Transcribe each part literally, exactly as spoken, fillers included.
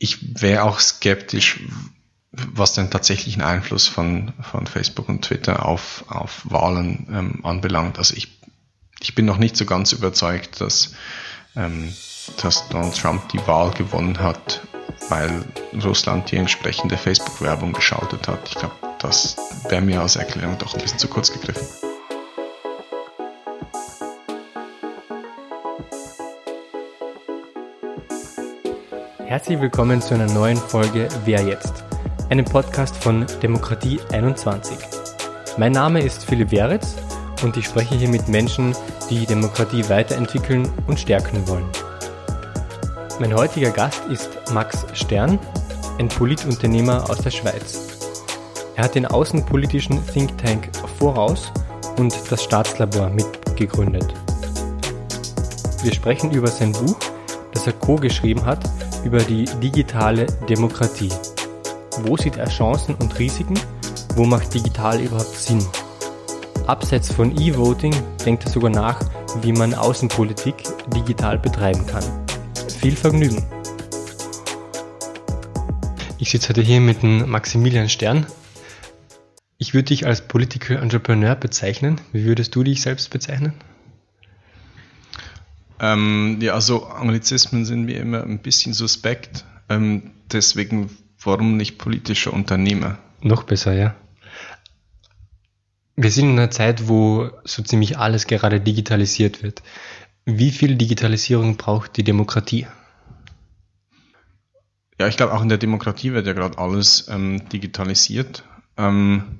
ich wäre auch skeptisch, was den tatsächlichen Einfluss von, von Facebook und Twitter auf, auf Wahlen ähm, anbelangt. Also ich, ich bin noch nicht so ganz überzeugt, dass, ähm, dass Donald Trump die Wahl gewonnen hat, weil Russland die entsprechende Facebook-Werbung geschaltet hat. Ich glaube, das wäre mir als Erklärung doch ein bisschen zu kurz gegriffen. Herzlich willkommen zu einer neuen Folge Wer jetzt? Einem Podcast von Demokratie einundzwanzig. Mein Name ist Philipp Weritz und ich spreche hier mit Menschen, die Demokratie weiterentwickeln und stärken wollen. Mein heutiger Gast ist Max Stern, ein Politunternehmer aus der Schweiz. Er hat den außenpolitischen Think Tank Voraus und das Staatslabor mitgegründet. Wir sprechen über sein Buch, das er co-geschrieben hat, über die digitale Demokratie. Wo sieht er Chancen und Risiken? Wo macht digital überhaupt Sinn? Abseits von E-Voting denkt er sogar nach, wie man Außenpolitik digital betreiben kann. Viel Vergnügen! Ich sitze heute hier mit dem Maximilian Stern. Ich würde dich als Political Entrepreneur bezeichnen. Wie würdest du dich selbst bezeichnen? Ähm, ja, also Anglizismen sind mir immer ein bisschen suspekt. Ähm, deswegen, warum nicht politischer Unternehmer? Noch besser, ja. Wir sind in einer Zeit, wo so ziemlich alles gerade digitalisiert wird. Wie viel Digitalisierung braucht die Demokratie? Ja, ich glaube, auch in der Demokratie wird ja gerade alles ähm, digitalisiert. Ähm,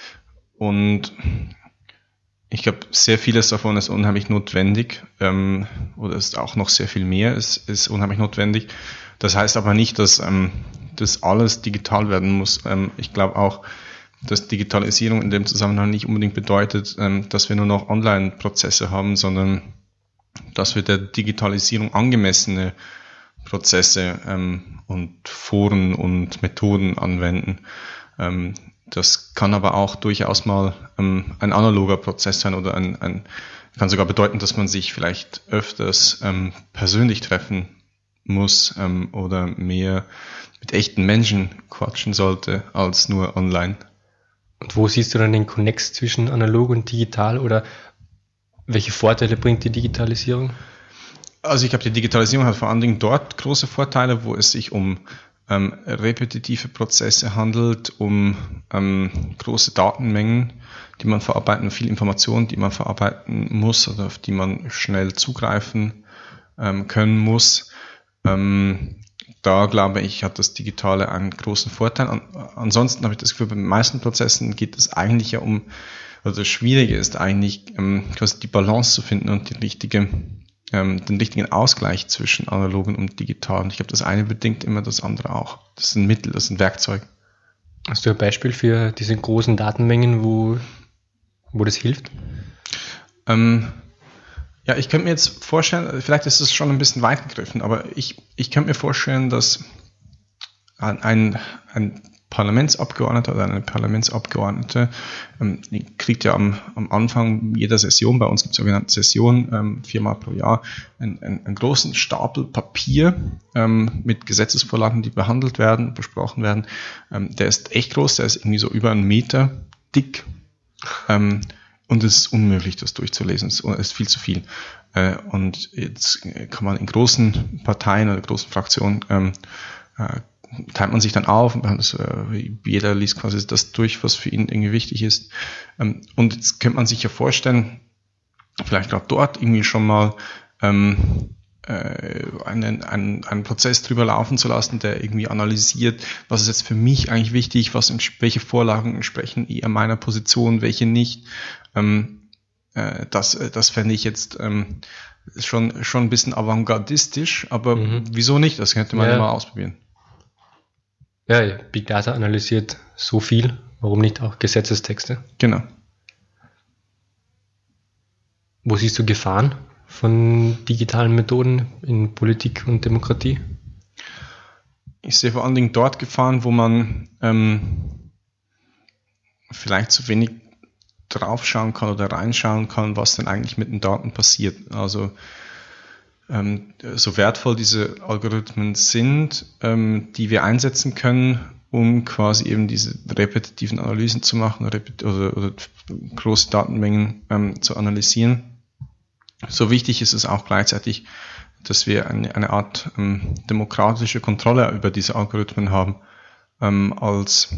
und ich glaube, sehr vieles davon ist unheimlich notwendig, ähm, oder ist auch noch sehr viel mehr ist, ist unheimlich notwendig. Das heißt aber nicht, dass ähm, das alles digital werden muss. Ähm, ich glaube auch, dass Digitalisierung in dem Zusammenhang nicht unbedingt bedeutet, ähm, dass wir nur noch Online-Prozesse haben, sondern dass wir der Digitalisierung angemessene Prozesse ähm, und Foren und Methoden anwenden. Ähm, Das kann aber auch durchaus mal ähm, ein analoger Prozess sein oder ein, ein kann sogar bedeuten, dass man sich vielleicht öfters ähm, persönlich treffen muss ähm, oder mehr mit echten Menschen quatschen sollte als nur online. Und wo siehst du dann den Konnex zwischen analog und digital oder welche Vorteile bringt die Digitalisierung? Also ich glaube, die Digitalisierung hat vor allen Dingen dort große Vorteile, wo es sich um Ähm, repetitive Prozesse handelt, um ähm, große Datenmengen, die man verarbeiten, viel Information, die man verarbeiten muss oder auf die man schnell zugreifen ähm, können muss. Ähm, da glaube ich, hat das Digitale einen großen Vorteil. An, ansonsten habe ich das Gefühl, bei den meisten Prozessen geht es eigentlich ja um, also das Schwierige ist eigentlich, ähm, quasi die Balance zu finden und die richtige den richtigen Ausgleich zwischen analogen und digitalen. Ich glaube, das eine bedingt immer das andere auch. Das ist ein Mittel, das ist ein Werkzeug. Hast du ein Beispiel für diese großen Datenmengen, wo, wo das hilft? Ähm, ja, ich könnte mir jetzt vorstellen, vielleicht ist es schon ein bisschen weit gegriffen, aber ich, ich könnte mir vorstellen, dass ein, ein Parlamentsabgeordneter oder eine Parlamentsabgeordnete ähm, kriegt ja am, am Anfang jeder Session, bei uns gibt es sogenannte Session, ähm, viermal pro Jahr, einen, einen, einen großen Stapel Papier ähm, mit Gesetzesvorlagen, die behandelt werden, besprochen werden. Ähm, der ist echt groß, der ist irgendwie so über einen Meter dick ähm, und es ist unmöglich, das durchzulesen, es ist viel zu viel. Äh, und jetzt kann man in großen Parteien oder großen Fraktionen ähm, äh, teilt man sich dann auf und das, äh, jeder liest quasi das durch, was für ihn irgendwie wichtig ist. Ähm, und jetzt könnte man sich ja vorstellen, vielleicht gerade dort irgendwie schon mal ähm, äh, einen, einen, einen Prozess drüber laufen zu lassen, der irgendwie analysiert, was ist jetzt für mich eigentlich wichtig, was, welche Vorlagen entsprechen eher meiner Position, welche nicht. Ähm, äh, das, das fände ich jetzt ähm, schon, schon ein bisschen avantgardistisch, aber mhm. Wieso nicht? Das könnte man ja mal ausprobieren. Ja, Big Data analysiert so viel, warum nicht auch Gesetzestexte? Genau. Wo siehst du Gefahren von digitalen Methoden in Politik und Demokratie? Ich sehe vor allen Dingen dort Gefahren, wo man ähm, vielleicht zu wenig draufschauen kann oder reinschauen kann, was denn eigentlich mit den Daten passiert. Also ähm, so wertvoll diese Algorithmen sind, ähm, die wir einsetzen können, um quasi eben diese repetitiven Analysen zu machen repet- oder, oder große Datenmengen ähm, zu analysieren. So wichtig ist es auch gleichzeitig, dass wir eine, eine Art ähm, demokratische Kontrolle über diese Algorithmen haben. Ähm, als,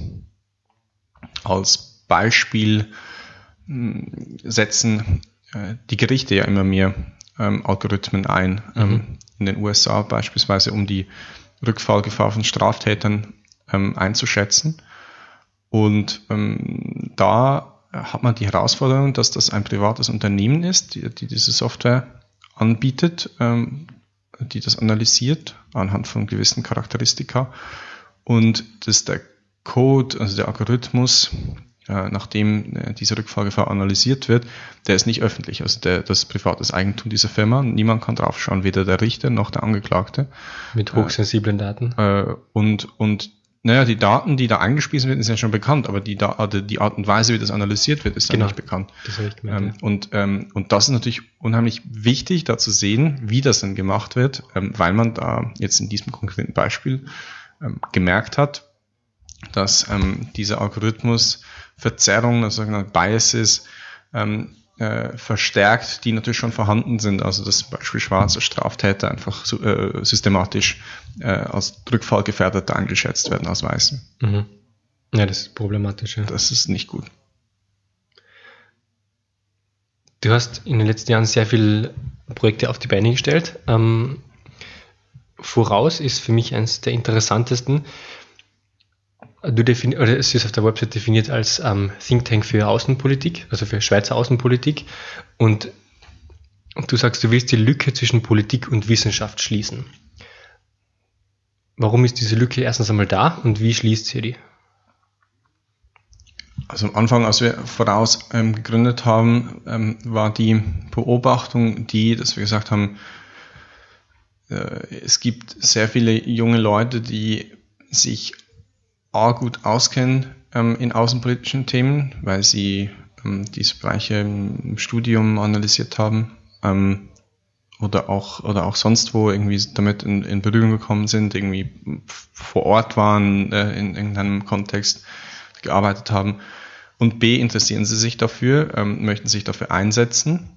als Beispiel ähm, setzen äh, die Gerichte ja immer mehr ähm, Algorithmen ein. Mhm. Ähm, in den U S A beispielsweise, um die Rückfallgefahr von Straftätern ähm, einzuschätzen. Und ähm, da hat man die Herausforderung, dass das ein privates Unternehmen ist, die, die diese Software anbietet, ähm, die das analysiert anhand von gewissen Charakteristika. Und dass der Code, also der Algorithmus, äh, nachdem äh, diese Rückfallgefahr analysiert wird, der ist nicht öffentlich. Also der, das ist privates Eigentum dieser Firma. Niemand kann draufschauen, weder der Richter noch der Angeklagte. Mit hochsensiblen Daten. Äh, und, und naja, die Daten, die da eingespielt werden, sind ja schon bekannt, aber die, da, die Art und Weise, wie das analysiert wird, ist dann genau. nicht bekannt. Das habe ich gemeint, ähm, ja. und, ähm, und das ist natürlich unheimlich wichtig, da zu sehen, wie das dann gemacht wird, ähm, weil man da jetzt in diesem konkreten Beispiel ähm, gemerkt hat, dass ähm, dieser Algorithmus Verzerrungen, also sogenannte Biases, ähm, äh, verstärkt, die natürlich schon vorhanden sind. Also dass zum Beispiel schwarze Straftäter einfach so, äh, systematisch äh, als Rückfallgefährdeter eingeschätzt werden als Weiße. Mhm. Ja, das ist problematisch. Ja. Das ist nicht gut. Du hast in den letzten Jahren sehr viele Projekte auf die Beine gestellt. Ähm, voraus ist für mich eines der interessantesten. Du defini- oder es ist auf der Website definiert als ähm, Think Tank für Außenpolitik, also für Schweizer Außenpolitik. Und du sagst, du willst die Lücke zwischen Politik und Wissenschaft schließen. Warum ist diese Lücke erstens einmal da und wie schließt sie die? Also am Anfang, als wir voraus ähm, gegründet haben, ähm, war die Beobachtung die, dass wir gesagt haben, äh, es gibt sehr viele junge Leute, die sich A, gut auskennen ähm, in außenpolitischen Themen, weil sie ähm, diese Bereiche im Studium analysiert haben ähm, oder auch oder auch sonst wo irgendwie damit in, in Berührung gekommen sind, irgendwie vor Ort waren, äh, in irgendeinem Kontext gearbeitet haben. Und B, interessieren sie sich dafür, ähm, möchten sich dafür einsetzen.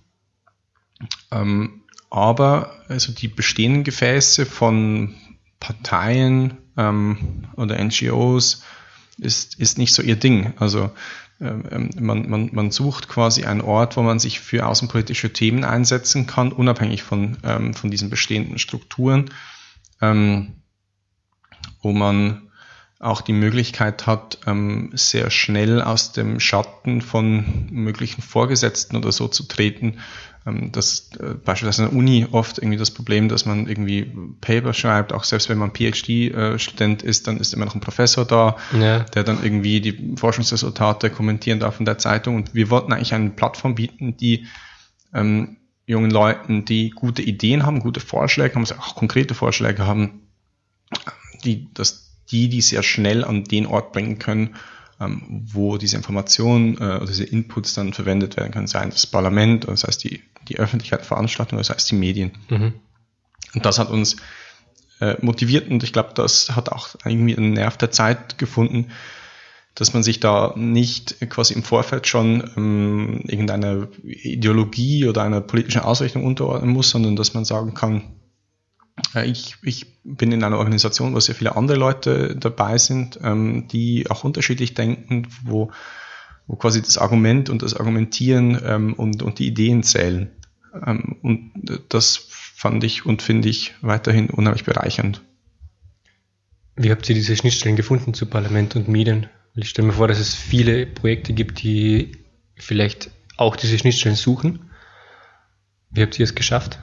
Ähm, aber also die bestehenden Gefäße von Parteien ähm, oder N G Os ist, ist nicht so ihr Ding. Also ähm, man, man, man sucht quasi einen Ort, wo man sich für außenpolitische Themen einsetzen kann, unabhängig von, ähm, von diesen bestehenden Strukturen, ähm, wo man auch die Möglichkeit hat, ähm, sehr schnell aus dem Schatten von möglichen Vorgesetzten oder so zu treten. Ähm, das äh, beispielsweise an der Uni oft irgendwie das Problem, dass man irgendwie Paper schreibt, auch selbst wenn man PhD-Student ist, dann ist immer noch ein Professor da, ja, der dann irgendwie die Forschungsresultate kommentieren darf in der Zeitung. Und wir wollten eigentlich eine Plattform bieten, die ähm, jungen Leuten, die gute Ideen haben, gute Vorschläge haben, also auch konkrete Vorschläge haben, die das die, die sehr schnell an den Ort bringen können, ähm, wo diese Informationen äh, oder diese Inputs dann verwendet werden können, sei es das Parlament, oder sei es die, die Öffentlichkeit, Veranstaltungen, oder sei es die Medien. Mhm. Und das hat uns äh, motiviert und ich glaube, das hat auch irgendwie einen Nerv der Zeit gefunden, dass man sich da nicht quasi im Vorfeld schon ähm, irgendeiner Ideologie oder einer politischen Ausrichtung unterordnen muss, sondern dass man sagen kann, Ich, ich bin in einer Organisation, wo sehr viele andere Leute dabei sind, ähm, die auch unterschiedlich denken, wo, wo quasi das Argument und das Argumentieren ähm, und, und die Ideen zählen. Ähm, und das fand ich und finde ich weiterhin unheimlich bereichernd. Wie habt ihr diese Schnittstellen gefunden zu Parlament und Medien? Ich stelle mir vor, dass es viele Projekte gibt, die vielleicht auch diese Schnittstellen suchen. Wie habt ihr es geschafft?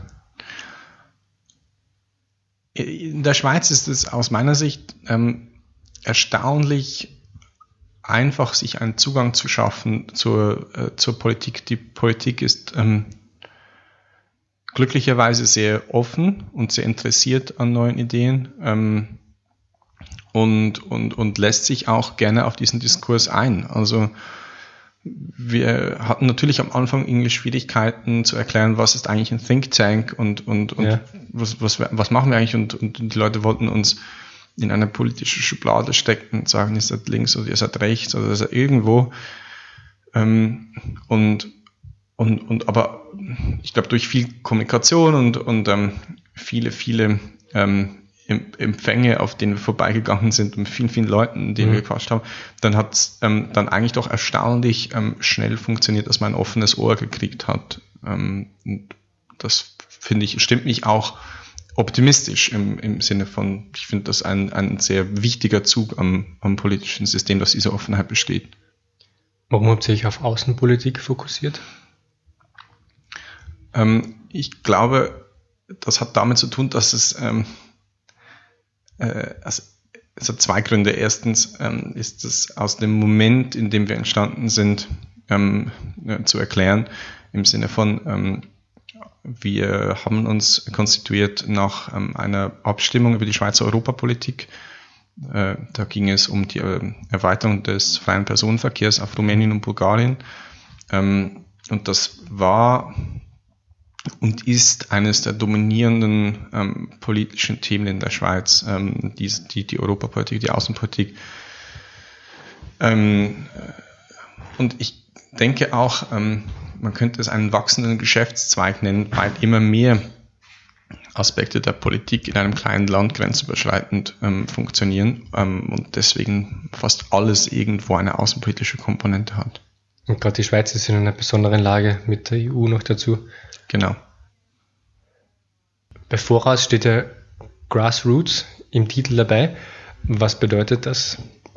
In der Schweiz ist es aus meiner Sicht ähm, erstaunlich einfach, sich einen Zugang zu schaffen zur, äh, zur Politik. Die Politik ist ähm, glücklicherweise sehr offen und sehr interessiert an neuen Ideen ähm, und, und, und lässt sich auch gerne auf diesen Diskurs ein. Also wir hatten natürlich am Anfang irgendwie Schwierigkeiten zu erklären, was ist eigentlich ein Think Tank und, und, und ja. was, was, was machen wir eigentlich, und, und die Leute wollten uns in eine politische Schublade stecken und sagen, ihr seid links oder ihr seid rechts oder ihr seid irgendwo. Ähm, und, und, und aber ich glaube, durch viel Kommunikation und, und ähm, viele, viele ähm, Empfänge, auf denen wir vorbeigegangen sind, und mit vielen, vielen Leuten, denen mhm. wir gequatscht haben, dann hat es ähm, dann eigentlich doch erstaunlich ähm, schnell funktioniert, dass man ein offenes Ohr gekriegt hat. Ähm, und das, finde ich, stimmt mich auch optimistisch im, im Sinne von, ich finde das ein, ein sehr wichtiger Zug am, am politischen System, dass diese Offenheit besteht. Warum habt ihr euch auf Außenpolitik fokussiert? Ähm, ich glaube, das hat damit zu tun, dass es, ähm, äh, also, es hat zwei Gründe. Erstens ähm, ist es aus dem Moment, in dem wir entstanden sind, ähm, äh, zu erklären, im Sinne von, ähm, wir haben uns konstituiert nach ähm, einer Abstimmung über die Schweizer Europapolitik. Äh, da ging es um die äh, Erweiterung des freien Personenverkehrs auf Rumänien und Bulgarien. Ähm, und das war und ist eines der dominierenden ähm, politischen Themen in der Schweiz, ähm, die, die, die Europapolitik, die Außenpolitik. Ähm, und ich denke auch, ähm, man könnte es einen wachsenden Geschäftszweig nennen, weil immer mehr Aspekte der Politik in einem kleinen Land grenzüberschreitend ähm, funktionieren ähm, und deswegen fast alles irgendwo eine außenpolitische Komponente hat. Und gerade die Schweiz ist in einer besonderen Lage mit der E U noch dazu. Genau. Bei Voraus steht ja Grassroots im Titel dabei. Was bedeutet das?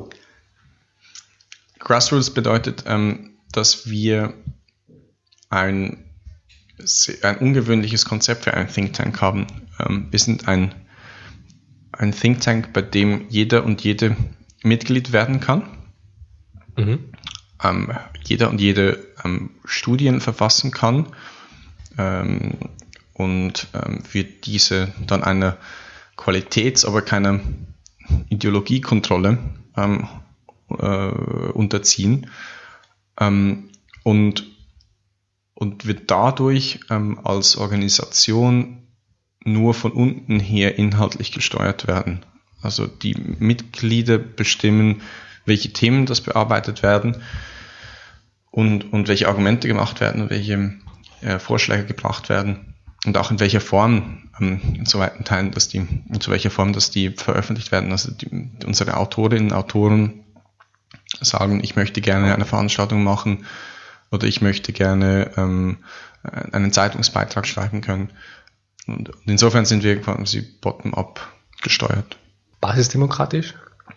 Grassroots bedeutet, ähm, dass wir ein, ein ungewöhnliches Konzept für einen Think Tank haben. Ähm, wir sind ein, ein Think Tank, bei dem jeder und jede Mitglied werden kann. Mhm. Ähm, jeder und jede ähm, Studien verfassen kann ähm, und ähm, wir diese dann einer Qualitäts-, aber keiner Ideologiekontrolle ähm, äh, unterziehen ähm, und und wird dadurch ähm, als Organisation nur von unten her inhaltlich gesteuert werden. Also die Mitglieder bestimmen, welche Themen das bearbeitet werden und, und welche Argumente gemacht werden und welche äh, Vorschläge gebracht werden und auch in welcher Form, ähm, in so weiten Teilen, dass die, in so welcher Form, dass die veröffentlicht werden. Also die, unsere Autorinnen und Autoren sagen, ich möchte gerne eine Veranstaltung machen, oder ich möchte gerne ähm, einen Zeitungsbeitrag schreiben können. Und, und insofern sind wir quasi bottom-up gesteuert. Basisdemokratisch?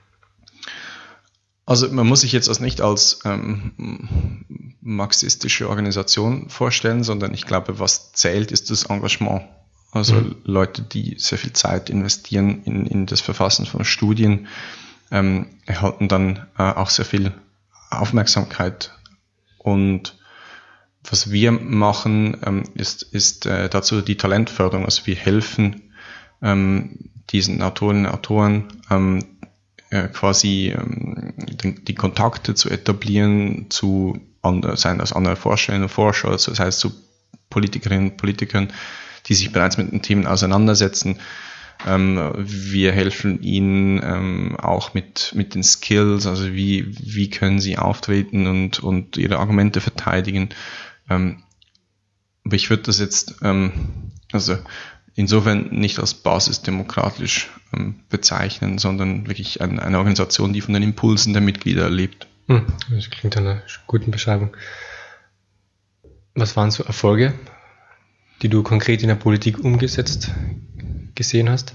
Also man muss sich jetzt das nicht als ähm, marxistische Organisation vorstellen, sondern ich glaube, was zählt, ist das Engagement. Also mhm. Leute, die sehr viel Zeit investieren in, in das Verfassen von Studien, ähm, erhalten dann äh, auch sehr viel Aufmerksamkeit. Und was wir machen, ähm, ist, ist äh, dazu die Talentförderung. Also wir helfen ähm, diesen Autorinnen und Autoren ähm, äh, quasi ähm, die, die Kontakte zu etablieren zu anderen, seien das andere Forscherinnen und Forscher, also das heißt zu Politikerinnen und Politikern, die sich bereits mit den Themen auseinandersetzen. Ähm, wir helfen ihnen ähm, auch mit, mit den Skills, also wie, wie können sie auftreten und, und ihre Argumente verteidigen. Ähm, aber ich würde das jetzt ähm, also insofern nicht als basisdemokratisch ähm, bezeichnen, sondern wirklich ein, eine Organisation, die von den Impulsen der Mitglieder lebt. Hm, das klingt nach einer guten Beschreibung. Was waren so Erfolge, die du konkret in der Politik umgesetzt gesehen hast?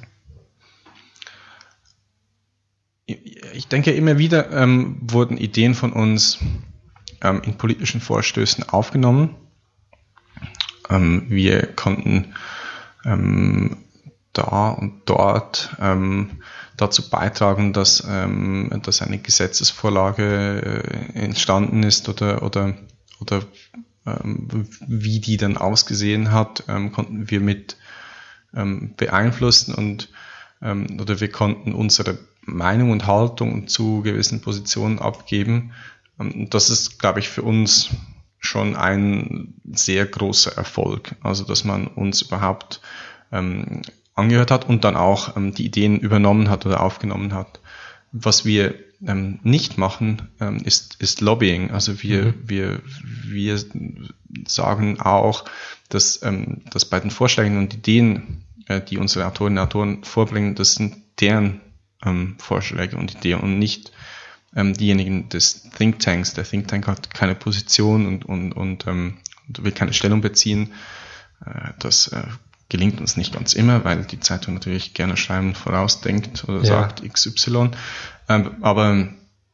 Ich denke, immer wieder ähm, wurden Ideen von uns ähm, in politischen Vorstößen aufgenommen. Ähm, wir konnten ähm, da und dort ähm, dazu beitragen, dass, ähm, dass eine Gesetzesvorlage äh, entstanden ist oder, oder, oder ähm, wie die dann ausgesehen hat, ähm, konnten wir mit ähm, beeinflussen und ähm, oder wir konnten unsere Meinung und Haltung zu gewissen Positionen abgeben Das ist, glaube ich, für uns schon ein sehr großer Erfolg. Also, dass man uns überhaupt ähm, angehört hat und dann auch ähm, die Ideen übernommen hat oder aufgenommen hat. Was wir ähm, nicht machen, ähm, ist, ist Lobbying. Also wir, mhm. wir, wir sagen auch, dass, ähm, dass bei den Vorschlägen und Ideen, äh, die unsere Autorinnen und Autoren vorbringen, das sind deren ähm, Vorschläge und Ideen und nicht ähm, diejenigen des Thinktanks. Der Think Tank hat keine Position und, und, und, ähm, und will keine Stellung beziehen. Äh, das äh, gelingt uns nicht ganz immer, weil die Zeitung natürlich gerne schreiben vorausdenkt oder ja. sagt X Y. Ähm, aber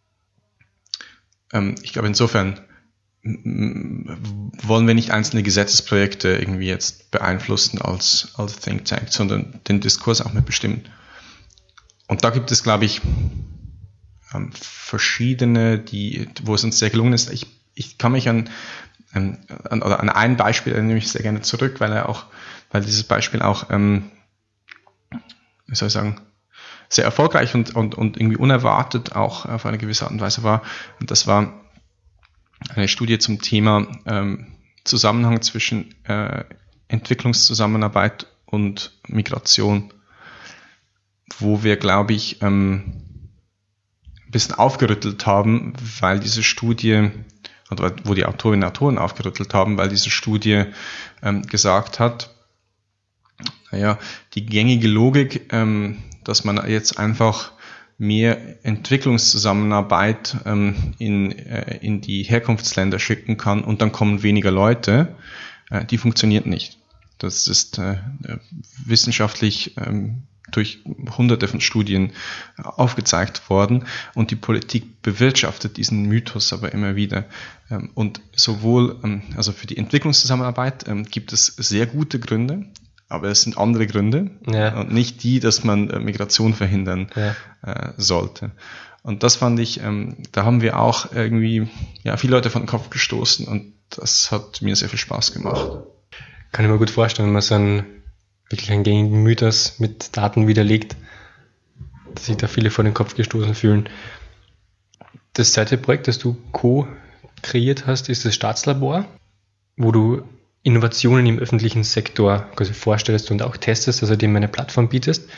ähm, ich glaube, insofern m- wollen wir nicht einzelne Gesetzesprojekte irgendwie jetzt beeinflussen als, als Think Tank, sondern den Diskurs auch mitbestimmen. Und da gibt es, glaube ich, ähm, verschiedene, die, wo es uns sehr gelungen ist. Ich, ich kann mich an, an, oder an ein Beispiel erinnere ich sehr gerne zurück, weil er auch weil dieses Beispiel auch, ähm, wie soll ich sagen, sehr erfolgreich und, und, und irgendwie unerwartet auch auf eine gewisse Art und Weise war. Und das war eine Studie zum Thema ähm, Zusammenhang zwischen äh, Entwicklungszusammenarbeit und Migration, wo wir, glaube ich, ähm, ein bisschen aufgerüttelt haben, weil diese Studie, oder wo die Autorinnen und Autoren aufgerüttelt haben, weil diese Studie ähm, gesagt hat, naja, die gängige Logik, ähm, dass man jetzt einfach mehr Entwicklungszusammenarbeit ähm, in, äh, in die Herkunftsländer schicken kann und dann kommen weniger Leute, äh, die funktioniert nicht. Das ist äh, wissenschaftlich ähm, durch hunderte von Studien aufgezeigt worden und die Politik bewirtschaftet diesen Mythos aber immer wieder. Ähm, und sowohl, ähm, also für die Entwicklungszusammenarbeit ähm, gibt es sehr gute Gründe, aber es sind andere Gründe ja. und nicht die, dass man äh, Migration verhindern ja. äh, sollte. Und das fand ich, ähm, da haben wir auch irgendwie ja viele Leute von den Kopf gestoßen und das hat mir sehr viel Spaß gemacht. Kann ich mir gut vorstellen, wenn man so einen wirklich einen gängigen Mythos mit Daten widerlegt, dass sich da viele vor den Kopf gestoßen fühlen. Das zweite Projekt, das du co-kreiert hast, ist das Staatslabor, wo du Innovationen im öffentlichen Sektor quasi vorstellst und auch testest, also dem eine Plattform bietest.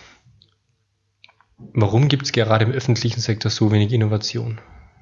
Warum gibt es gerade im öffentlichen Sektor so wenig Innovation?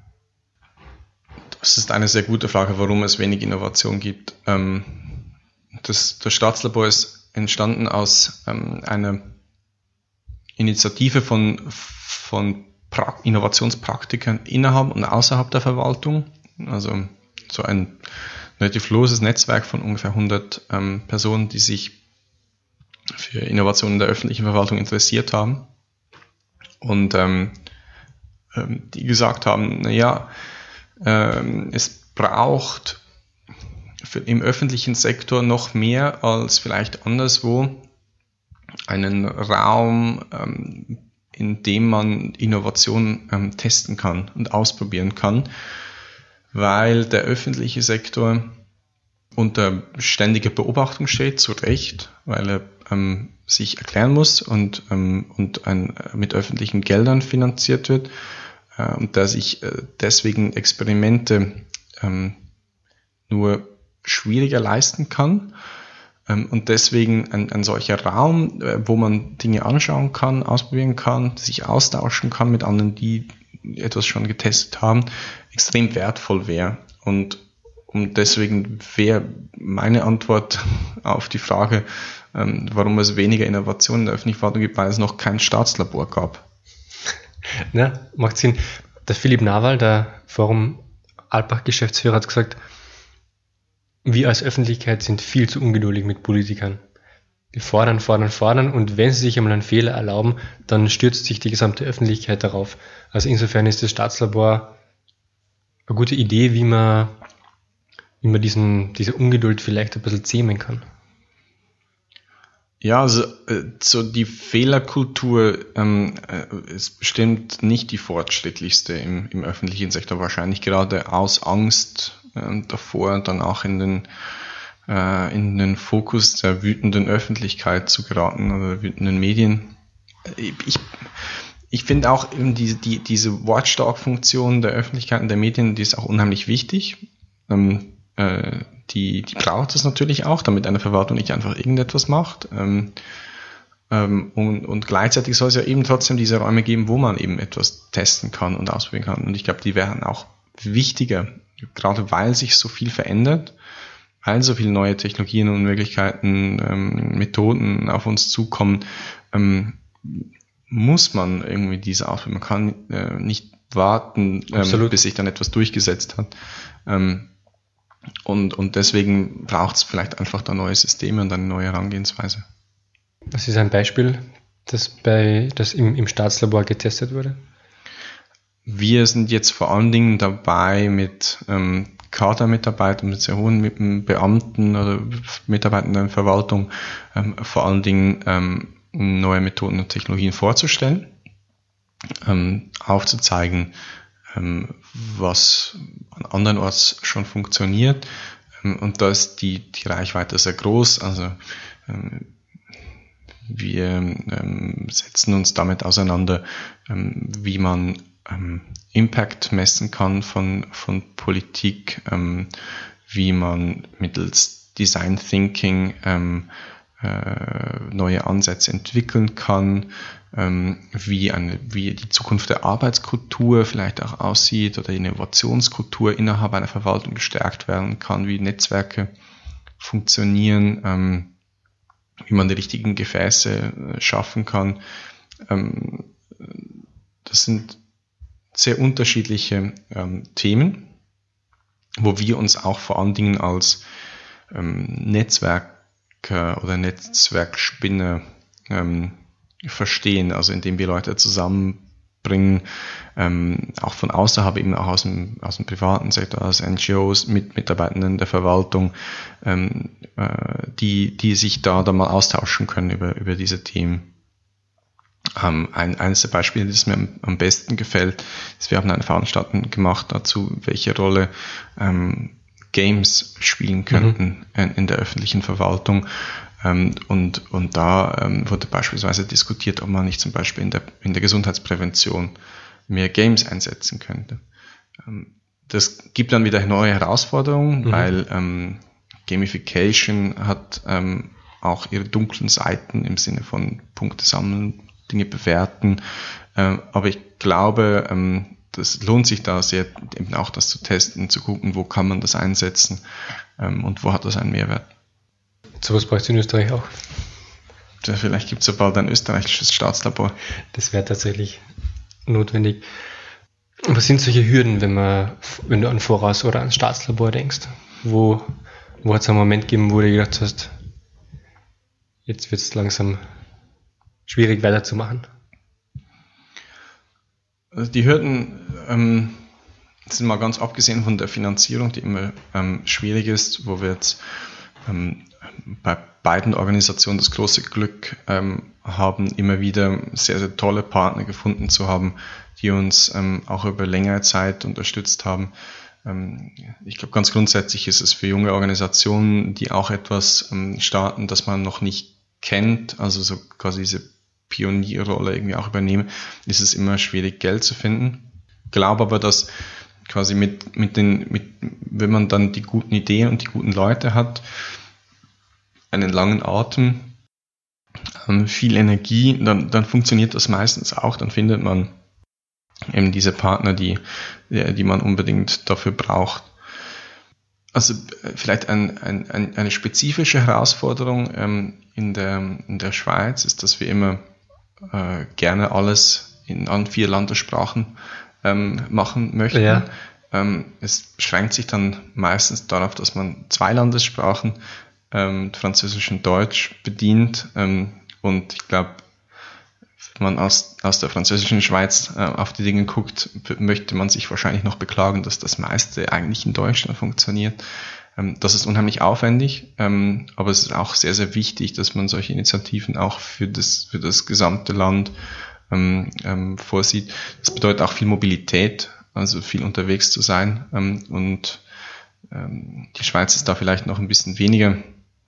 Das ist eine sehr gute Frage, warum es wenig Innovation gibt. Das, das Staatslabor ist entstanden aus einer Initiative von, von pra- Innovationspraktikern innerhalb und außerhalb der Verwaltung. Also so ein relativ loses Netzwerk von ungefähr hundert ähm, Personen, die sich für Innovationen in der öffentlichen Verwaltung interessiert haben und ähm, ähm, die gesagt haben, naja, ähm, es braucht für, im öffentlichen Sektor noch mehr als vielleicht anderswo einen Raum, ähm, in dem man Innovation ähm, testen kann und ausprobieren kann, weil der öffentliche Sektor unter ständiger Beobachtung steht, zu Recht, weil er ähm, sich erklären muss und, ähm, und ein, mit öffentlichen Geldern finanziert wird äh, und der sich äh, deswegen Experimente ähm, nur schwieriger leisten kann ähm, und deswegen ein, ein solcher Raum, äh, wo man Dinge anschauen kann, ausprobieren kann, sich austauschen kann mit anderen, die etwas schon getestet haben, extrem wertvoll wäre. Und, und deswegen wäre meine Antwort auf die Frage, ähm, warum es weniger Innovation in der öffentlichen Verwaltung gibt, weil es noch kein Staatslabor gab. Ja, macht Sinn. Der Philipp Nawal, der Forum Alpbach-Geschäftsführer, hat gesagt, wir als Öffentlichkeit sind viel zu ungeduldig mit Politikern. Die fordern, fordern, fordern und wenn sie sich einmal einen Fehler erlauben, dann stürzt sich die gesamte Öffentlichkeit darauf. Also insofern ist das Staatslabor eine gute Idee, wie man, wie man diesen, diese Ungeduld vielleicht ein bisschen zähmen kann. Ja, also so die Fehlerkultur ähm, ist bestimmt nicht die fortschrittlichste im, im öffentlichen Sektor, wahrscheinlich gerade aus Angst äh, davor, dann auch in den in den Fokus der wütenden Öffentlichkeit zu geraten oder wütenden Medien. Ich, ich finde auch eben die, die, diese Watchdog-Funktion der Öffentlichkeit und der Medien, die ist auch unheimlich wichtig. Ähm, äh, die, die braucht es natürlich auch, damit eine Verwaltung nicht einfach irgendetwas macht. Ähm, ähm, und, und gleichzeitig soll es ja eben trotzdem diese Räume geben, wo man eben etwas testen kann und ausprobieren kann. Und ich glaube, die werden auch wichtiger, gerade weil sich so viel verändert, weil so viele neue Technologien und Möglichkeiten, ähm, Methoden auf uns zukommen, ähm, muss man irgendwie diese ausprobieren. Man kann äh, nicht warten, ähm, bis sich dann etwas durchgesetzt hat. Ähm, und, und deswegen braucht es vielleicht einfach da neue Systeme und eine neue Herangehensweise. Das ist ein Beispiel, das bei das im, im Staatslabor getestet wurde? Wir sind jetzt vor allen Dingen dabei, mit ähm, Kadermitarbeitern, mit sehr hohen mit Beamten oder Mitarbeitern der Verwaltung ähm, vor allen Dingen ähm, neue Methoden und Technologien vorzustellen, ähm, aufzuzeigen, ähm, was an anderen Orts schon funktioniert. Ähm, und da ist die, die Reichweite sehr groß. Also ähm, wir ähm, setzen uns damit auseinander, ähm, wie man ähm, Impact messen kann von, von Politik, ähm, wie man mittels Design Thinking ähm, neue Ansätze entwickeln kann, ähm, wie, eine, wie die Zukunft der Arbeitskultur vielleicht auch aussieht oder die Innovationskultur innerhalb einer Verwaltung gestärkt werden kann, wie Netzwerke funktionieren, ähm, wie man die richtigen Gefäße äh, schaffen kann. Ähm, das sind sehr unterschiedliche ähm, Themen, wo wir uns auch vor allen Dingen als ähm, Netzwerk oder Netzwerkspinne ähm, verstehen, also indem wir Leute zusammenbringen, ähm, auch von außerhalb, eben auch aus dem, aus dem privaten Sektor, aus N G Os, mit Mitarbeitenden der Verwaltung, ähm, äh, die, die sich da, da mal austauschen können über, über diese Themen. Ähm, ein, eines der Beispiele, das mir am, am besten gefällt, ist, wir haben eine Veranstaltung gemacht dazu, welche Rolle ähm, Games spielen könnten mhm. in, in der öffentlichen Verwaltung. Ähm, und, und da ähm, wurde beispielsweise diskutiert, ob man nicht zum Beispiel in der, in der Gesundheitsprävention mehr Games einsetzen könnte. Ähm, das gibt dann wieder neue Herausforderungen, mhm. weil ähm, Gamification hat ähm, auch ihre dunklen Seiten im Sinne von Punkte sammeln, Dinge bewerten. Ähm, aber ich glaube, ähm, das lohnt sich da sehr, eben auch das zu testen, zu gucken, wo kann man das einsetzen ähm, und wo hat das einen Mehrwert. So was braucht es in Österreich auch. Ja, vielleicht gibt es ja bald ein österreichisches Staatslabor. Das wäre tatsächlich notwendig. Was sind solche Hürden, wenn man, wenn du an Voraus oder an Staatslabor denkst? Wo, wo hat es einen Moment gegeben, wo du gedacht hast, jetzt wird es langsam schwierig weiterzumachen? Also die Hürden ähm, sind mal ganz abgesehen von der Finanzierung, die immer ähm, schwierig ist, wo wir jetzt ähm, bei beiden Organisationen das große Glück ähm, haben, immer wieder sehr, sehr tolle Partner gefunden zu haben, die uns ähm, auch über längere Zeit unterstützt haben. Ähm, ich glaube, ganz grundsätzlich ist es für junge Organisationen, die auch etwas ähm, starten, das man noch nicht kennt, also so quasi diese Pionierrolle irgendwie auch übernehmen, ist es immer schwierig, Geld zu finden. Ich glaube aber, dass quasi mit, mit den, mit, wenn man dann die guten Ideen und die guten Leute hat, einen langen Atem, ähm, viel Energie, dann, dann funktioniert das meistens auch, dann findet man eben diese Partner, die, die man unbedingt dafür braucht. Also vielleicht ein, ein, ein, eine spezifische Herausforderung ähm, in, der, in der Schweiz ist, dass wir immer äh, gerne alles in an vier Landessprachen ähm, machen möchten. Ja. Ähm, es beschränkt sich dann meistens darauf, dass man zwei Landessprachen, ähm, Französisch und Deutsch, bedient. Ähm, und ich glaube, wenn man aus, aus der französischen Schweiz äh, auf die Dinge guckt, möchte man sich wahrscheinlich noch beklagen, dass das meiste eigentlich in Deutschland funktioniert. Ähm, das ist unheimlich aufwendig, ähm, aber es ist auch sehr, sehr wichtig, dass man solche Initiativen auch für das, für das gesamte Land ähm, ähm, vorsieht. Das bedeutet auch viel Mobilität, also viel unterwegs zu sein. Ähm, und ähm, die Schweiz ist da vielleicht noch ein bisschen weniger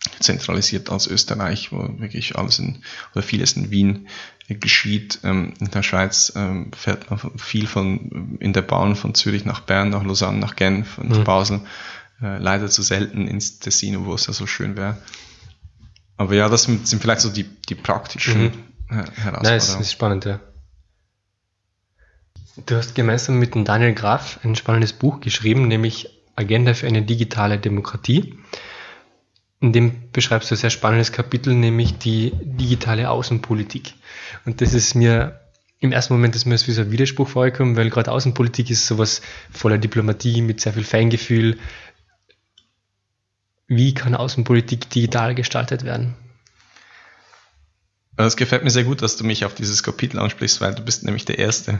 zentralisiert als Österreich, wo wirklich alles in, oder vieles in Wien geschieht. In der Schweiz fährt man viel von, in der Bahn von Zürich nach Bern, nach Lausanne, nach Genf und mhm. Basel. Leider zu selten ins Tessin, wo es ja so schön wäre. Aber ja, das sind vielleicht so die, die praktischen mhm. Herausforderungen. Nein, es ist spannend, ja. Du hast gemeinsam mit dem Daniel Graf ein spannendes Buch geschrieben, nämlich Agenda für eine digitale Demokratie. In dem beschreibst du ein sehr spannendes Kapitel, nämlich die digitale Außenpolitik. Und das ist mir, im ersten Moment ist mir das wie so ein Widerspruch vorgekommen, weil gerade Außenpolitik ist sowas voller Diplomatie, mit sehr viel Feingefühl. Wie kann Außenpolitik digital gestaltet werden? Es gefällt mir sehr gut, dass du mich auf dieses Kapitel ansprichst, weil du bist nämlich der Erste.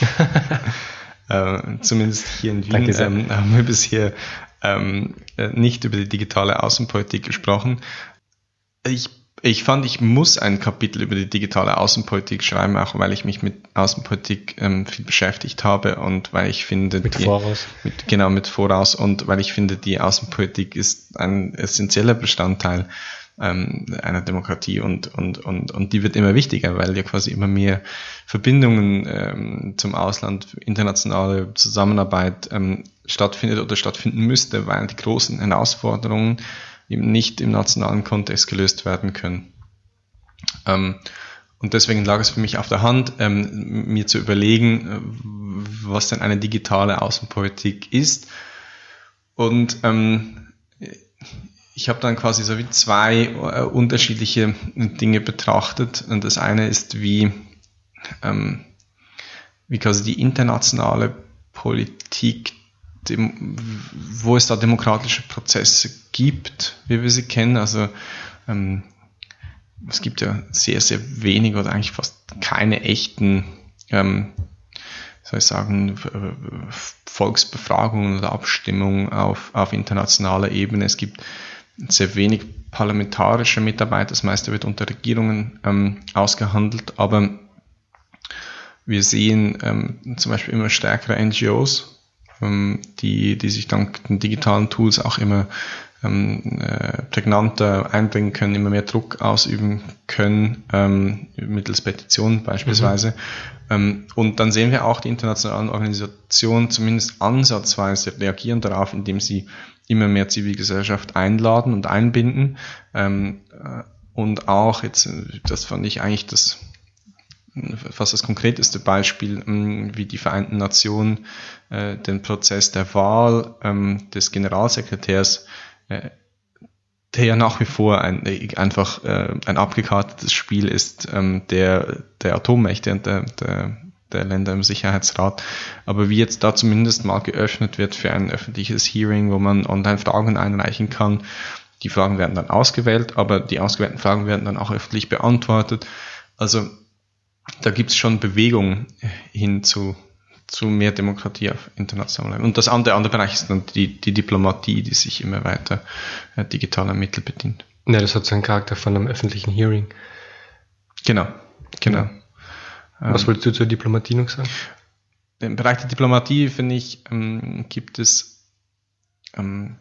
äh, zumindest hier in Wien ähm, haben wir bisher ähm, nicht über die digitale Außenpolitik gesprochen. Ich, ich fand, ich muss ein Kapitel über die digitale Außenpolitik schreiben, auch weil ich mich mit Außenpolitik ähm, viel beschäftigt habe und weil ich finde... Mit die, Voraus. Mit, genau, mit Voraus und weil ich finde, die Außenpolitik ist ein essentieller Bestandteil einer Demokratie und, und, und, und die wird immer wichtiger, weil ja quasi immer mehr Verbindungen ähm, zum Ausland, internationale Zusammenarbeit ähm, stattfindet oder stattfinden müsste, weil die großen Herausforderungen eben nicht im nationalen Kontext gelöst werden können. Ähm, und deswegen lag es für mich auf der Hand, ähm, mir zu überlegen, was denn eine digitale Außenpolitik ist. Und ähm, ich habe dann quasi so wie zwei äh, unterschiedliche Dinge betrachtet. Und das eine ist, wie, ähm, wie quasi die internationale Politik, dem, wo es da demokratische Prozesse gibt, wie wir sie kennen. Also ähm, es gibt ja sehr, sehr wenig oder eigentlich fast keine echten, ähm, soll ich sagen, Volksbefragungen oder Abstimmungen auf, auf internationaler Ebene. Es gibt sehr wenig parlamentarische Mitarbeit, das meiste wird unter Regierungen ähm, ausgehandelt, aber wir sehen ähm, zum Beispiel immer stärkere N G Os, ähm, die, die sich dank den digitalen Tools auch immer ähm, äh, prägnanter einbringen können, immer mehr Druck ausüben können, ähm, mittels Petitionen beispielsweise. Mhm. Ähm, und dann sehen wir auch, die internationalen Organisationen zumindest ansatzweise reagieren darauf, indem sie immer mehr Zivilgesellschaft einladen und einbinden. Ähm, äh, und auch, jetzt, das fand ich eigentlich das fast das konkreteste Beispiel, ähm, wie die Vereinten Nationen äh, den Prozess der Wahl ähm, des Generalsekretärs, äh, der ja nach wie vor ein, einfach äh, ein abgekartetes Spiel ist, ähm, der, der Atommächte und der, der der Länder im Sicherheitsrat, aber wie jetzt da zumindest mal geöffnet wird für ein öffentliches Hearing, wo man online Fragen einreichen kann. Die Fragen werden dann ausgewählt, aber die ausgewählten Fragen werden dann auch öffentlich beantwortet. Also da gibt es schon Bewegung hin zu, zu mehr Demokratie auf internationaler Ebene. Und das andere, andere Bereich ist dann die, die Diplomatie, die sich immer weiter äh, digitaler Mittel bedient. Ja, das hat so einen Charakter von einem öffentlichen Hearing. Genau, genau. Ja. Was wolltest du zur Diplomatie noch sagen? Im Bereich der Diplomatie, finde ich, ähm, gibt es ähm,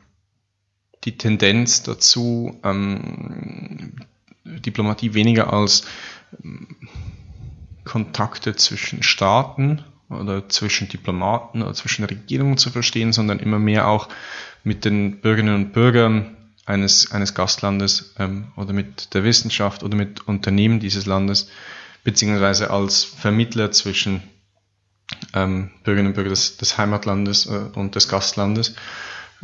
die Tendenz dazu, ähm, Diplomatie weniger als ähm, Kontakte zwischen Staaten oder zwischen Diplomaten oder zwischen Regierungen zu verstehen, sondern immer mehr auch mit den Bürgerinnen und Bürgern eines, eines Gastlandes ähm, oder mit der Wissenschaft oder mit Unternehmen dieses Landes, beziehungsweise als Vermittler zwischen ähm, Bürgerinnen und Bürgern des, des Heimatlandes äh, und des Gastlandes äh,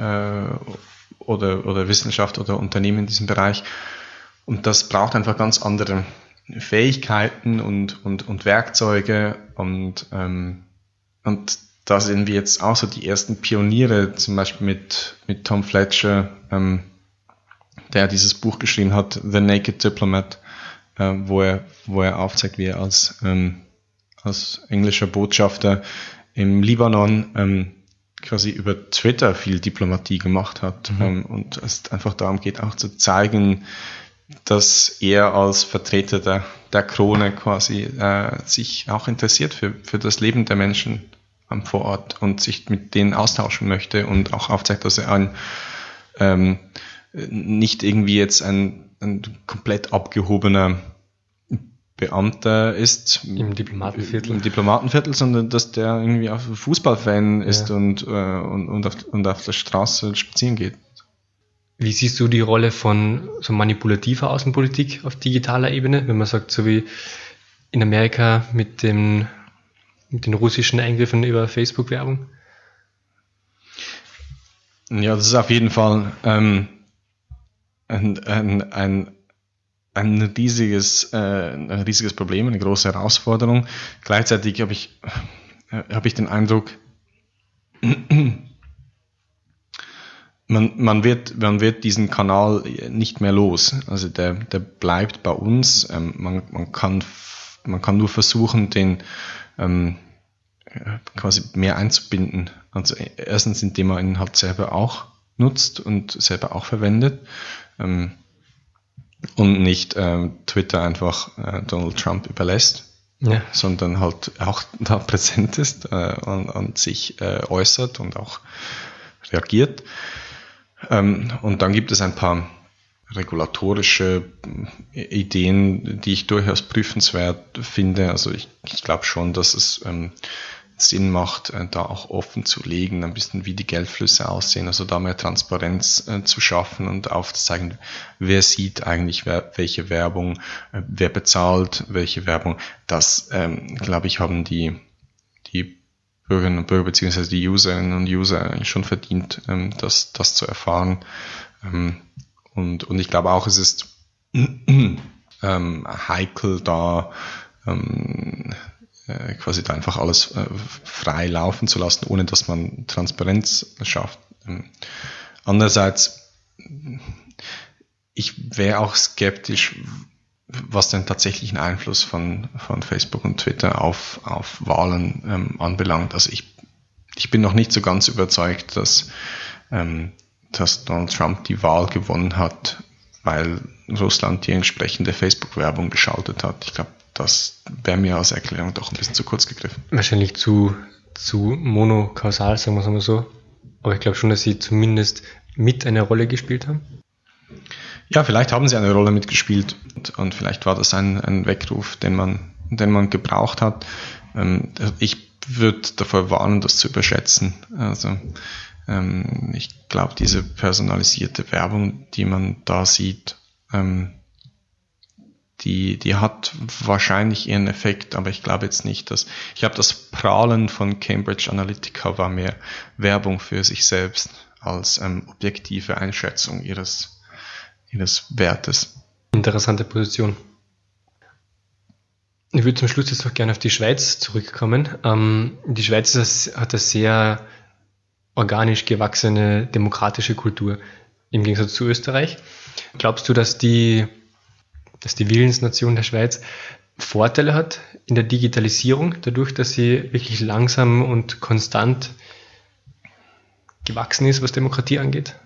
oder, oder Wissenschaft oder Unternehmen in diesem Bereich. Und das braucht einfach ganz andere Fähigkeiten und, und, und Werkzeuge. Und, ähm, und da sehen wir jetzt auch so die ersten Pioniere, zum Beispiel mit, mit Tom Fletcher, ähm, der dieses Buch geschrieben hat, The Naked Diplomat, wo er, wo er aufzeigt, wie er als, ähm, als englischer Botschafter im Libanon ähm, quasi über Twitter viel Diplomatie gemacht hat. Mhm. Ähm, und es einfach darum geht, auch zu zeigen, dass er als Vertreter der, der Krone quasi äh, sich auch interessiert für, für das Leben der Menschen ähm, vor Ort und sich mit denen austauschen möchte und auch aufzeigt, dass er ein ähm, nicht irgendwie jetzt ein, ein komplett abgehobener Beamter ist im Diplomatenviertel. im Diplomatenviertel, sondern dass der irgendwie auch Fußballfan ist ja. und, äh, und, und, auf, und auf der Straße spazieren geht. Wie siehst du die Rolle von so manipulativer Außenpolitik auf digitaler Ebene, wenn man sagt, so wie in Amerika mit, dem, mit den russischen Eingriffen über Facebook-Werbung? Ja, das ist auf jeden Fall ähm, ein, ein, ein ein riesiges, äh, ein riesiges Problem, eine große Herausforderung. Gleichzeitig habe ich, äh, habe ich den Eindruck, man, man wird, man wird diesen Kanal nicht mehr los. Also der, der bleibt bei uns. Ähm, man, man kann, man kann nur versuchen, den ähm, quasi mehr einzubinden. Also erstens, indem man ihn halt selber auch nutzt und selber auch verwendet. Ähm, Und nicht äh, Twitter einfach äh, Donald Trump überlässt, ja. sondern halt auch da präsent ist äh, und, und sich äh, äußert und auch reagiert. Ähm, und dann gibt es ein paar regulatorische Ideen, die ich durchaus prüfenswert finde. Also ich, ich glaube schon, dass es ähm, Sinn macht, äh, da auch offen zu legen, ein bisschen wie die Geldflüsse aussehen, also da mehr Transparenz äh, zu schaffen und aufzuzeigen, wer sieht eigentlich wer, welche Werbung, äh, wer bezahlt welche Werbung. Das, ähm, glaube ich, haben die, die Bürgerinnen und Bürger bzw. die Userinnen und User eigentlich schon verdient, ähm, das, das zu erfahren. Ähm, und, und ich glaube auch, es ist ähm, heikel, da ähm, quasi da einfach alles äh, frei laufen zu lassen, ohne dass man Transparenz schafft. Ähm, andererseits, ich wäre auch skeptisch, was den tatsächlichen Einfluss von, von Facebook und Twitter auf, auf Wahlen ähm, anbelangt. Also ich, ich bin noch nicht so ganz überzeugt, dass, ähm, dass Donald Trump die Wahl gewonnen hat, weil Russland die entsprechende Facebook-Werbung geschaltet hat. Ich glaube, das wäre mir als Erklärung doch ein bisschen zu kurz gegriffen. Wahrscheinlich zu, zu monokausal, sagen wir es mal so. Aber ich glaube schon, dass sie zumindest mit eine Rolle gespielt haben. Ja, vielleicht haben sie eine Rolle mitgespielt und, und vielleicht war das ein, ein Weckruf, den man, den man gebraucht hat. Ähm, ich würde davor warnen, das zu überschätzen. Also ähm, ich glaube, diese personalisierte Werbung, die man da sieht, ähm, Die, die hat wahrscheinlich ihren Effekt, aber ich glaube jetzt nicht, dass, ich glaube, das Prahlen von Cambridge Analytica war mehr Werbung für sich selbst als ähm, objektive Einschätzung ihres, ihres Wertes. Interessante Position. Ich würde zum Schluss jetzt noch gerne auf die Schweiz zurückkommen. Ähm, die Schweiz ist, hat eine sehr organisch gewachsene demokratische Kultur im Gegensatz zu Österreich. Glaubst du, dass die dass die Willensnation der Schweiz Vorteile hat in der Digitalisierung, dadurch, dass sie wirklich langsam und konstant gewachsen ist, was Demokratie angeht?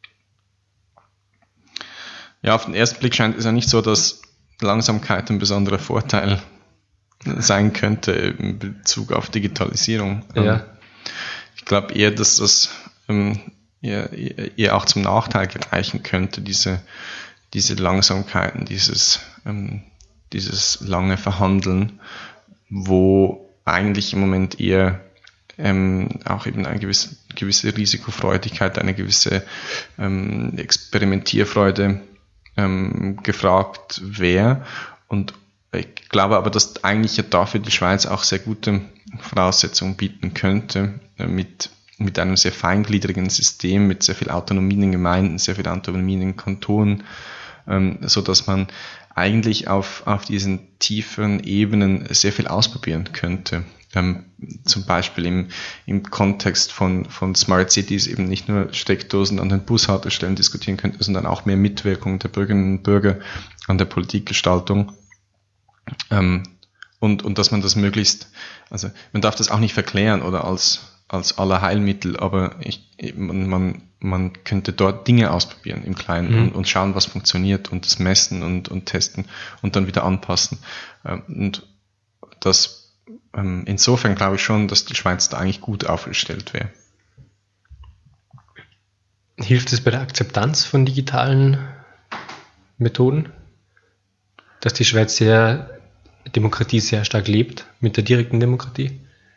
Ja, auf den ersten Blick scheint es ja nicht so, dass Langsamkeit ein besonderer Vorteil sein könnte in Bezug auf Digitalisierung. Ja. Ich glaube eher, dass das ähm, eher, eher auch zum Nachteil gereichen könnte, diese diese Langsamkeiten, dieses, ähm, dieses lange Verhandeln, wo eigentlich im Moment eher ähm, auch eben eine gewisse, gewisse Risikofreudigkeit, eine gewisse ähm, Experimentierfreude ähm, gefragt wäre. Und ich glaube aber, dass eigentlich ja dafür die Schweiz auch sehr gute Voraussetzungen bieten könnte, äh, mit mit einem sehr feingliedrigen System, mit sehr viel Autonomie in den Gemeinden, sehr viel Autonomie in den Kantonen, ähm, so dass man eigentlich auf, auf diesen tieferen Ebenen sehr viel ausprobieren könnte. Ähm, zum Beispiel im, im Kontext von, von Smart Cities eben nicht nur Steckdosen an den Bushaltestellen diskutieren könnte, sondern auch mehr Mitwirkung der Bürgerinnen und Bürger an der Politikgestaltung. Ähm, und, und dass man das möglichst, also man darf das auch nicht verklären oder als als Allerheilmittel, aber ich, man, man könnte dort Dinge ausprobieren im Kleinen mhm. und, und schauen, was funktioniert und das messen und, und testen und dann wieder anpassen. Und das insofern glaube ich schon, dass die Schweiz da eigentlich gut aufgestellt wäre. Hilft es bei der Akzeptanz von digitalen Methoden, dass die Schweiz sehr Demokratie sehr stark lebt mit der direkten Demokratie?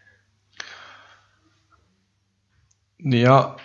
Ja,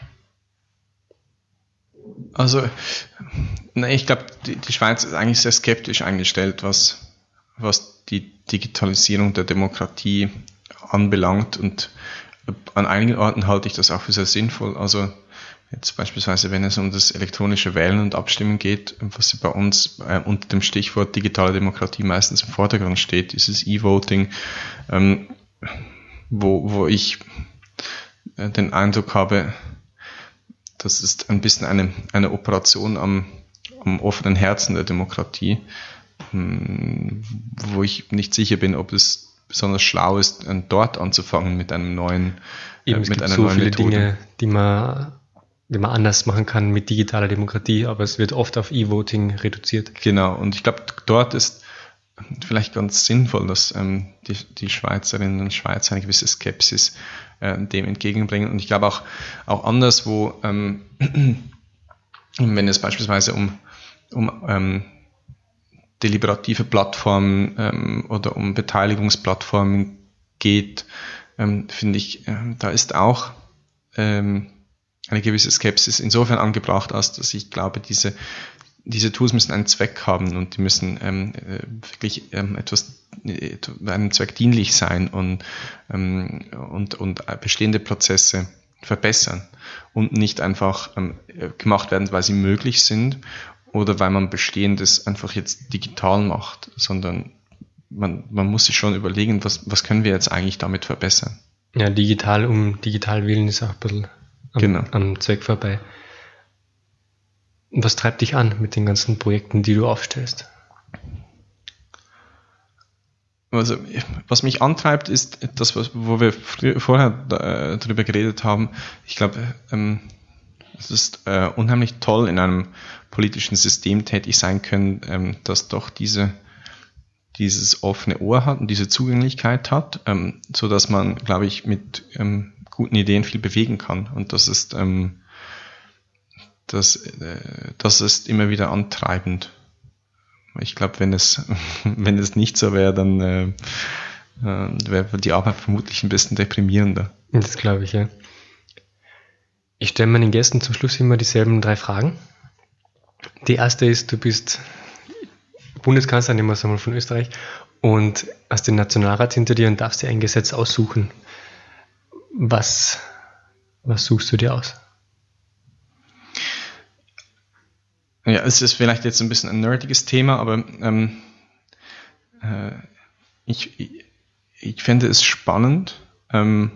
also ne, ich glaube, die, die Schweiz ist eigentlich sehr skeptisch eingestellt, was, was die Digitalisierung der Demokratie anbelangt, und an einigen Orten halte ich das auch für sehr sinnvoll. Also jetzt beispielsweise, wenn es um das elektronische Wählen und Abstimmen geht, was bei uns äh, unter dem Stichwort digitale Demokratie meistens im Vordergrund steht, dieses E-Voting, ähm, wo, wo ich äh, den Eindruck habe, das ist ein bisschen eine, eine Operation am, am offenen Herzen der Demokratie, ähm, wo ich nicht sicher bin, ob es besonders schlau ist, dort anzufangen mit einem neuen, Eben, äh, es mit gibt einer so neuen viele Methode. Dinge, die man, die man anders machen kann mit digitaler Demokratie, aber es wird oft auf E-Voting reduziert. Genau, und ich glaube, dort ist vielleicht ganz sinnvoll, dass ähm, die, die Schweizerinnen und Schweizer eine gewisse Skepsis äh, dem entgegenbringen. Und ich glaube auch, auch anderswo, ähm, wenn es beispielsweise um, um ähm, deliberative Plattformen ähm, oder um Beteiligungsplattformen geht, ähm, finde ich, ähm, da ist auch ähm, eine gewisse Skepsis insofern angebracht, als dass ich glaube, diese, diese Tools müssen einen Zweck haben und die müssen ähm, wirklich ähm, etwas, äh, einem Zweck dienlich sein und, ähm, und, und bestehende Prozesse verbessern und nicht einfach ähm, gemacht werden, weil sie möglich sind oder weil man Bestehendes einfach jetzt digital macht, sondern man, man muss sich schon überlegen, was, was können wir jetzt eigentlich damit verbessern. Ja, digital um digital wählen ist auch ein bisschen am, genau. am Zweck vorbei. Was treibt dich an mit den ganzen Projekten, die du aufstellst? Also, was mich antreibt, ist das, wo wir früher, vorher äh, darüber geredet haben. Ich glaube, ähm, es ist äh, unheimlich toll, in einem politischen System tätig sein können, ähm, das doch diese, dieses offene Ohr hat und diese Zugänglichkeit hat, ähm, so dass man, glaube ich, mit ähm, guten Ideen viel bewegen kann. Und das ist, ähm, das, äh, das ist immer wieder antreibend. Ich glaube, wenn es, wenn es nicht so wäre, dann äh, äh, wäre die Arbeit vermutlich ein bisschen deprimierender. Das glaube ich, ja. Ich stelle meinen Gästen zum Schluss immer dieselben drei Fragen. Die erste ist, du bist Bundeskanzler, nehmen wir es einmal von Österreich, und hast den Nationalrat hinter dir und darfst dir ein Gesetz aussuchen. Was, was suchst du dir aus? Ja, es ist vielleicht jetzt ein bisschen ein nerdiges Thema, aber ähm, äh, ich, ich, ich fände es spannend, ähm,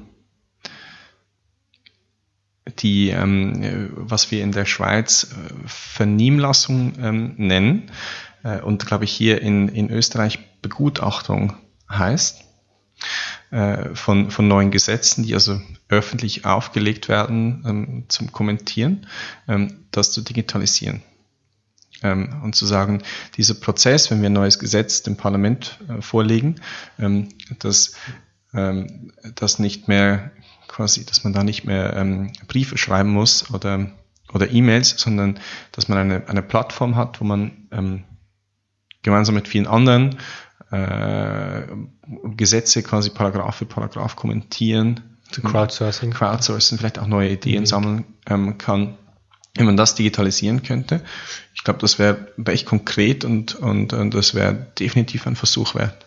die, ähm, was wir in der Schweiz äh, Vernehmlassung ähm, nennen äh, und, glaube ich, hier in, in Österreich Begutachtung heißt, äh, von, von neuen Gesetzen, die also öffentlich aufgelegt werden ähm, zum Kommentieren, ähm, das zu digitalisieren. Ähm, und zu sagen, dieser Prozess, wenn wir ein neues Gesetz dem Parlament äh, vorlegen, ähm, dass ähm, das nicht mehr quasi, dass man da nicht mehr ähm, Briefe schreiben muss oder oder E-Mails, sondern dass man eine eine Plattform hat, wo man ähm, gemeinsam mit vielen anderen äh, Gesetze quasi Paragraph für Paragraph kommentieren, zu Crowdsourcing, Crowdsourcen, vielleicht auch neue Ideen mhm. sammeln ähm, kann. Wenn man das digitalisieren könnte, ich glaube, das wäre wär echt konkret und, und, und das wäre definitiv ein Versuch wert.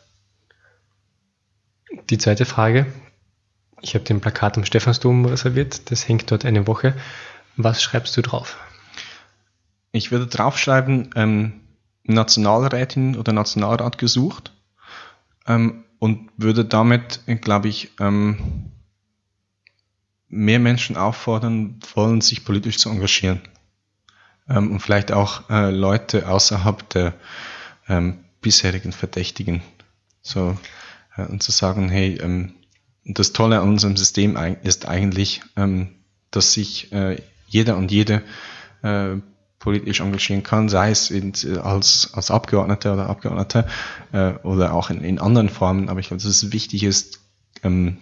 Die zweite Frage. Ich habe den Plakat am Stephansdom reserviert, das hängt dort eine Woche. Was schreibst du drauf? Ich würde draufschreiben, ähm, Nationalrätin oder Nationalrat gesucht ähm, und würde damit, glaube ich, ähm, mehr Menschen auffordern wollen, sich politisch zu engagieren. Ähm, und vielleicht auch äh, Leute außerhalb der ähm, bisherigen Verdächtigen. So, äh, und zu sagen, hey, ähm, das Tolle an unserem System ist eigentlich, ähm, dass sich äh, jeder und jede äh, politisch engagieren kann, sei es in, als, als Abgeordneter oder Abgeordneter äh, oder auch in, in anderen Formen. Aber ich glaube, dass es wichtig ist, ähm,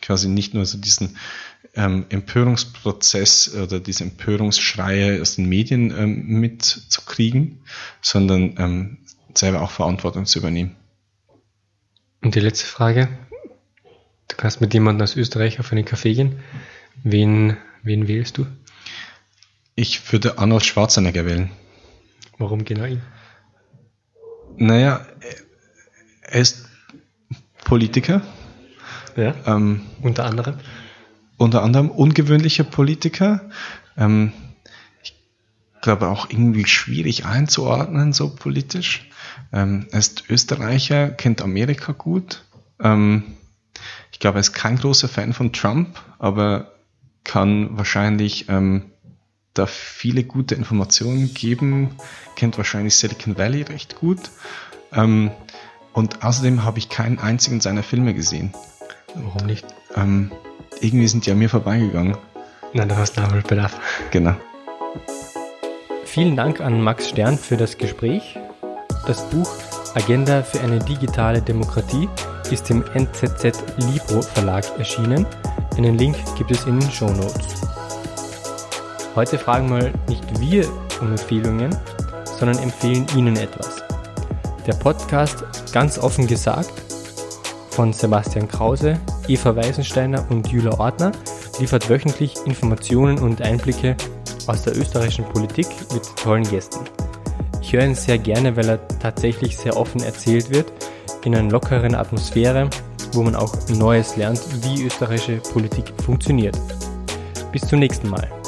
quasi nicht nur so diesen ähm, Empörungsprozess oder diese Empörungsschreie aus den Medien ähm, mitzukriegen, sondern ähm, selber auch Verantwortung zu übernehmen. Und die letzte Frage. Du kannst mit jemandem aus Österreich auf einen Café gehen. Wen, wen wählst du? Ich würde Arnold Schwarzenegger wählen. Warum genau ihn? Naja, er ist Politiker. Ja, Ähm, unter anderem. Unter anderem ungewöhnlicher Politiker. Ähm, ich glaube auch irgendwie schwierig einzuordnen, so politisch. Ähm, er ist Österreicher, kennt Amerika gut. Ähm, ich glaube, er ist kein großer Fan von Trump, aber kann wahrscheinlich ähm, da viele gute Informationen geben, kennt wahrscheinlich Silicon Valley recht gut. Ähm, und außerdem habe ich keinen einzigen seiner Filme gesehen. Warum nicht? Ähm, irgendwie sind die an mir vorbeigegangen. Nein, da hast du Nachholbedarf. Genau. Vielen Dank an Max Stern für das Gespräch. Das Buch Agenda für eine digitale Demokratie ist im N Z Z Libro Verlag erschienen. Einen Link gibt es in den Shownotes. Heute fragen mal nicht wir um Empfehlungen, sondern empfehlen Ihnen etwas. Der Podcast Ganz offen gesagt von Sebastian Krause, Eva Weisensteiner und Jula Ortner liefert wöchentlich Informationen und Einblicke aus der österreichischen Politik mit tollen Gästen. Ich höre ihn sehr gerne, weil er tatsächlich sehr offen erzählt wird, in einer lockeren Atmosphäre, wo man auch Neues lernt, wie österreichische Politik funktioniert. Bis zum nächsten Mal.